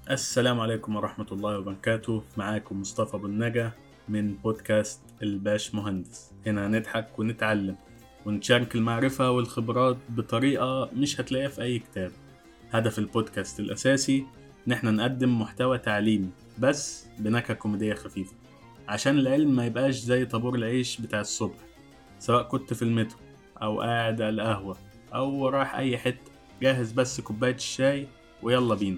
السلام عليكم ورحمة الله وبركاته. معاكم مصطفى بالنجا من بودكاست الباش مهندس. هنا نضحك ونتعلم ونشارك المعرفة والخبرات بطريقة مش هتلاقيها في أي كتاب. هدف البودكاست الأساسي إن احنا نقدم محتوى تعليمي بس بنكهة كوميدية خفيفة، عشان العلم ما يبقاش زي طابور العيش بتاع الصبح. سواء كنت في المترو أو قاعد على القهوة أو رايح أي حتة، جاهز بس كوباية الشاي ويلا بينا.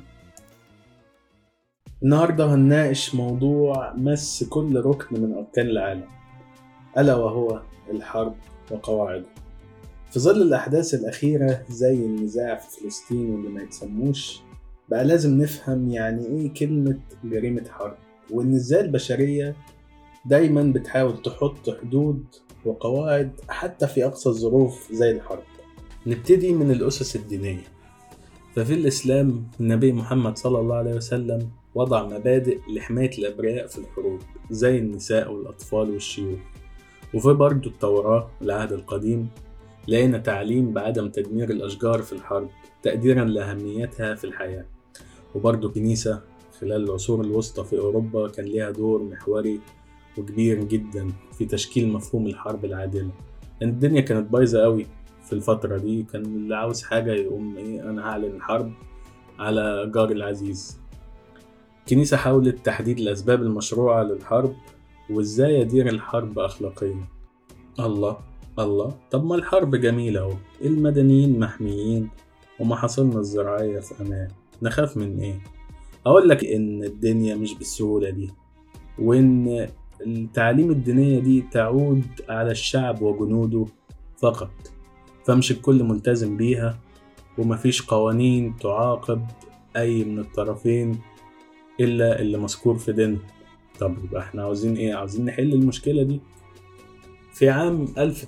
النهاردة هنناقش موضوع مس كل ركن من أركان العالم، ألا وهو الحرب وقواعده. في ظل الأحداث الأخيرة زي النزاع في فلسطين واللي ما يتسموش، بقى لازم نفهم يعني إيه كلمة جريمة حرب، وإن إزاي البشرية دايما بتحاول تحط حدود وقواعد حتى في أقصى الظروف زي الحرب. نبتدي من الأسس الدينية. ففي الإسلام النبي محمد صلى الله عليه وسلم وضع مبادئ لحماية الأبرياء في الحروب زي النساء والأطفال والشيوخ. وفي برضو التوراة العهد القديم لقينا تعليم بعدم تدمير الأشجار في الحرب تقديرا لأهميتها في الحياة. وبرضو كنيسة خلال العصور الوسطى في أوروبا كان ليها دور محوري وكبير جدا في تشكيل مفهوم الحرب العادلة، لأن الدنيا كانت بايظة قوي في الفترة دي. كان اللي عاوز حاجة يقوم أنا هعلن الحرب على جار العزيز. الكنيسة حاولت تحديد الأسباب المشروعة للحرب وإزاي يدير الحرب أخلاقيا. الله الله، طب ما الحرب جميلة أهو، المدنيين محميين ومحاصيلنا الزراعية في أمان، نخاف من إيه؟ أقول لك إن الدنيا مش بالسهولة دي، وإن التعليم الدينية دي تعود على الشعب وجنوده فقط، فمش الكل ملتزم بيها، ومفيش قوانين تعاقب أي من الطرفين إلا اللي مذكور في دينه. طب يبقى احنا عاوزين ايه؟ عاوزين نحل المشكلة دي. في عام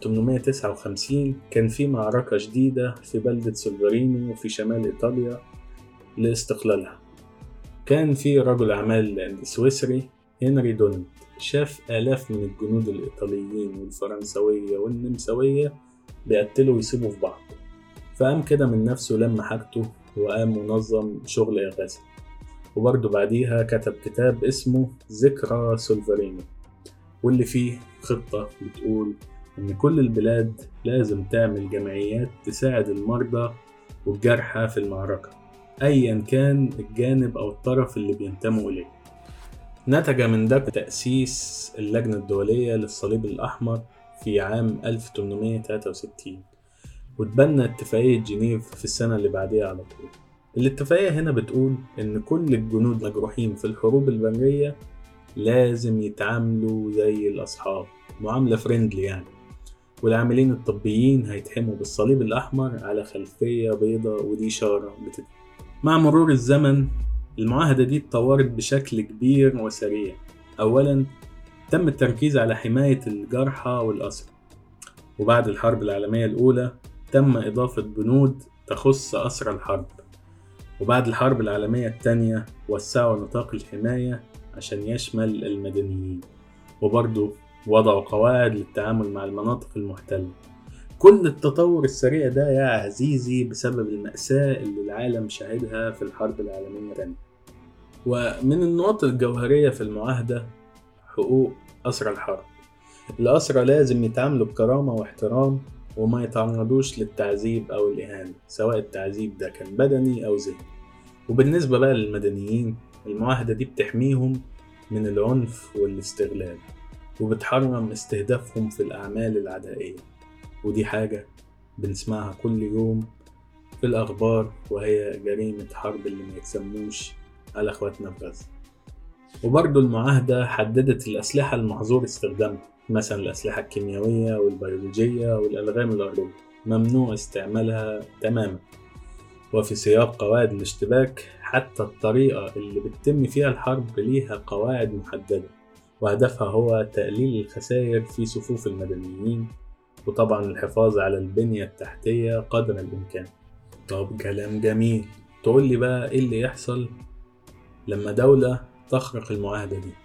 1859 كان في معركة جديدة في بلدة سولفرينو في شمال إيطاليا لاستقلالها. كان في رجل أعمال سويسري هنري دونت شاف آلاف من الجنود الإيطاليين والفرنسوية والنمساوية بيقتلوا ويسيبوا في بعض، فقام كده من نفسه لما حاجته وقام منظم شغل إغاثة. وبرضه بعديها كتب كتاب اسمه ذكرى سولفرينو، واللي فيه خطة بتقول إن كل البلاد لازم تعمل جمعيات تساعد المرضى والجرحى في المعركة أيا كان الجانب أو الطرف اللي بينتموا إليه. نتج من ده تأسيس اللجنة الدولية للصليب الأحمر في عام 1863، وتبنى اتفاقية جنيف في السنة اللي بعديها على طول. الاتفاقية هنا بتقول إن كل الجنود مجروحين في الحروب البرية لازم يتعاملوا زي الأصحاب، معاملة فريندلي يعني، والعاملين الطبيين هيتحموا بالصليب الأحمر على خلفية بيضاء، ودي إشارة مع مرور الزمن المعاهدة دي اتطورت بشكل كبير وسريع. أولا تم التركيز على حماية الجرحى والأسرى، وبعد الحرب العالمية الأولى تم إضافة بنود تخص أسرى الحرب، وبعد الحرب العالمية الثانية وسعوا نطاق الحماية عشان يشمل المدنيين، وبرضه وضعوا قواعد للتعامل مع المناطق المحتلة. كل التطور السريع ده يا عزيزي بسبب المأساة اللي العالم شهدها في الحرب العالمية الثانية. ومن النقط الجوهرية في المعاهدة حقوق أسرى الحرب. الأسرى لازم يتعاملوا بكرامة واحترام وما يتعرضوش للتعذيب أو الإهانة، سواء التعذيب ده كان بدني أو ذهني. وبالنسبة بقى للمدنيين، المعاهدة دي بتحميهم من العنف والاستغلال، وبتحرم استهدافهم في الأعمال العدائية، ودي حاجة بنسمعها كل يوم في الأخبار، وهي جريمة حرب اللي ما يتسموش على أخواتنا في غزة. وبرضو المعاهدة حددت الأسلحة المحظور استخدامها، مثلا الأسلحة الكيميائية والبيولوجية والألغام الأرضية ممنوع استعمالها تماما، وفي سياق قواعد الاشتباك. حتى الطريقة اللي بتتم فيها الحرب ليها قواعد محددة، وهدفها هو تقليل الخسائر في صفوف المدنيين، وطبعا الحفاظ على البنية التحتية قدر الإمكان. طب كلام جميل، تقول لي بقى إيه اللي يحصل لما دولة تخرق المعاهدة دي؟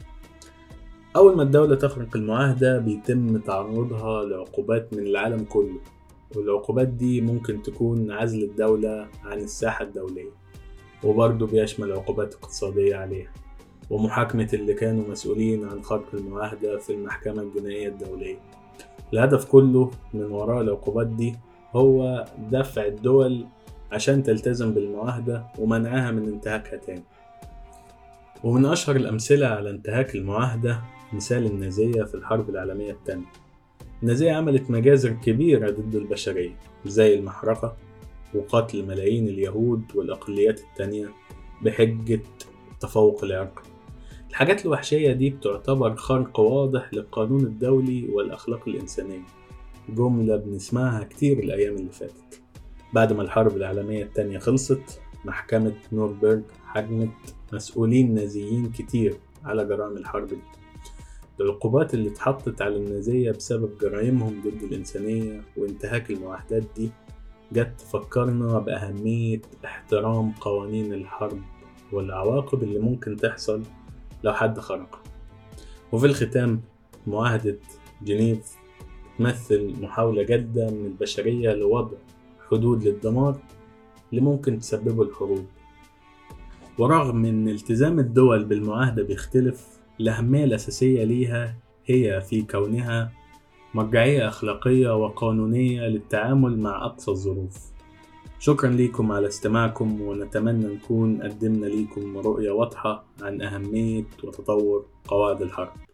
أول ما الدولة تخرق المعاهدة بيتم تعرضها لعقوبات من العالم كله، والعقوبات دي ممكن تكون عزل الدولة عن الساحة الدولية، وبرضه بيشمل عقوبات اقتصادية عليها ومحاكمة اللي كانوا مسؤولين عن خرق المعاهدة في المحكمة الجنائية الدولية. الهدف كله من وراء العقوبات دي هو دفع الدول عشان تلتزم بالمعاهدة ومنعها من انتهاكها تاني. ومن أشهر الأمثلة على انتهاك المعاهدة مثال النازية في الحرب العالمية الثانية. النازية عملت مجازر كبيرة ضد البشرية زي المحرقة وقتل ملايين اليهود والأقليات التانية بحجة التفوق العرقي. الحاجات الوحشية دي بتعتبر خرق واضح للقانون الدولي والأخلاق الإنسانية، جملة بنسمعها كتير الأيام اللي فاتت. بعد ما الحرب العالمية التانية خلصت، محكمة نورنبرج حكمت مسؤولين نازيين كتير على جرائم الحرب دي. العقوبات اللي اتحطت على النازية بسبب جرائمهم ضد الإنسانية وانتهاك المعاهدات دي جت تفكرنا بأهمية احترام قوانين الحرب والعواقب اللي ممكن تحصل لو حد خرقها. وفي الختام، معاهدة جنيف تمثل محاولة جادة من البشرية لوضع حدود للدمار اللي ممكن تسببه الحروب. ورغم ان التزام الدول بالمعاهدة بيختلف، الأهمية الأساسية ليها هي في كونها مرجعية أخلاقية وقانونية للتعامل مع أقصى الظروف. شكرا لكم على استماعكم، ونتمنى نكون قدمنا لكم رؤية واضحة عن أهمية وتطور قواعد الحرب.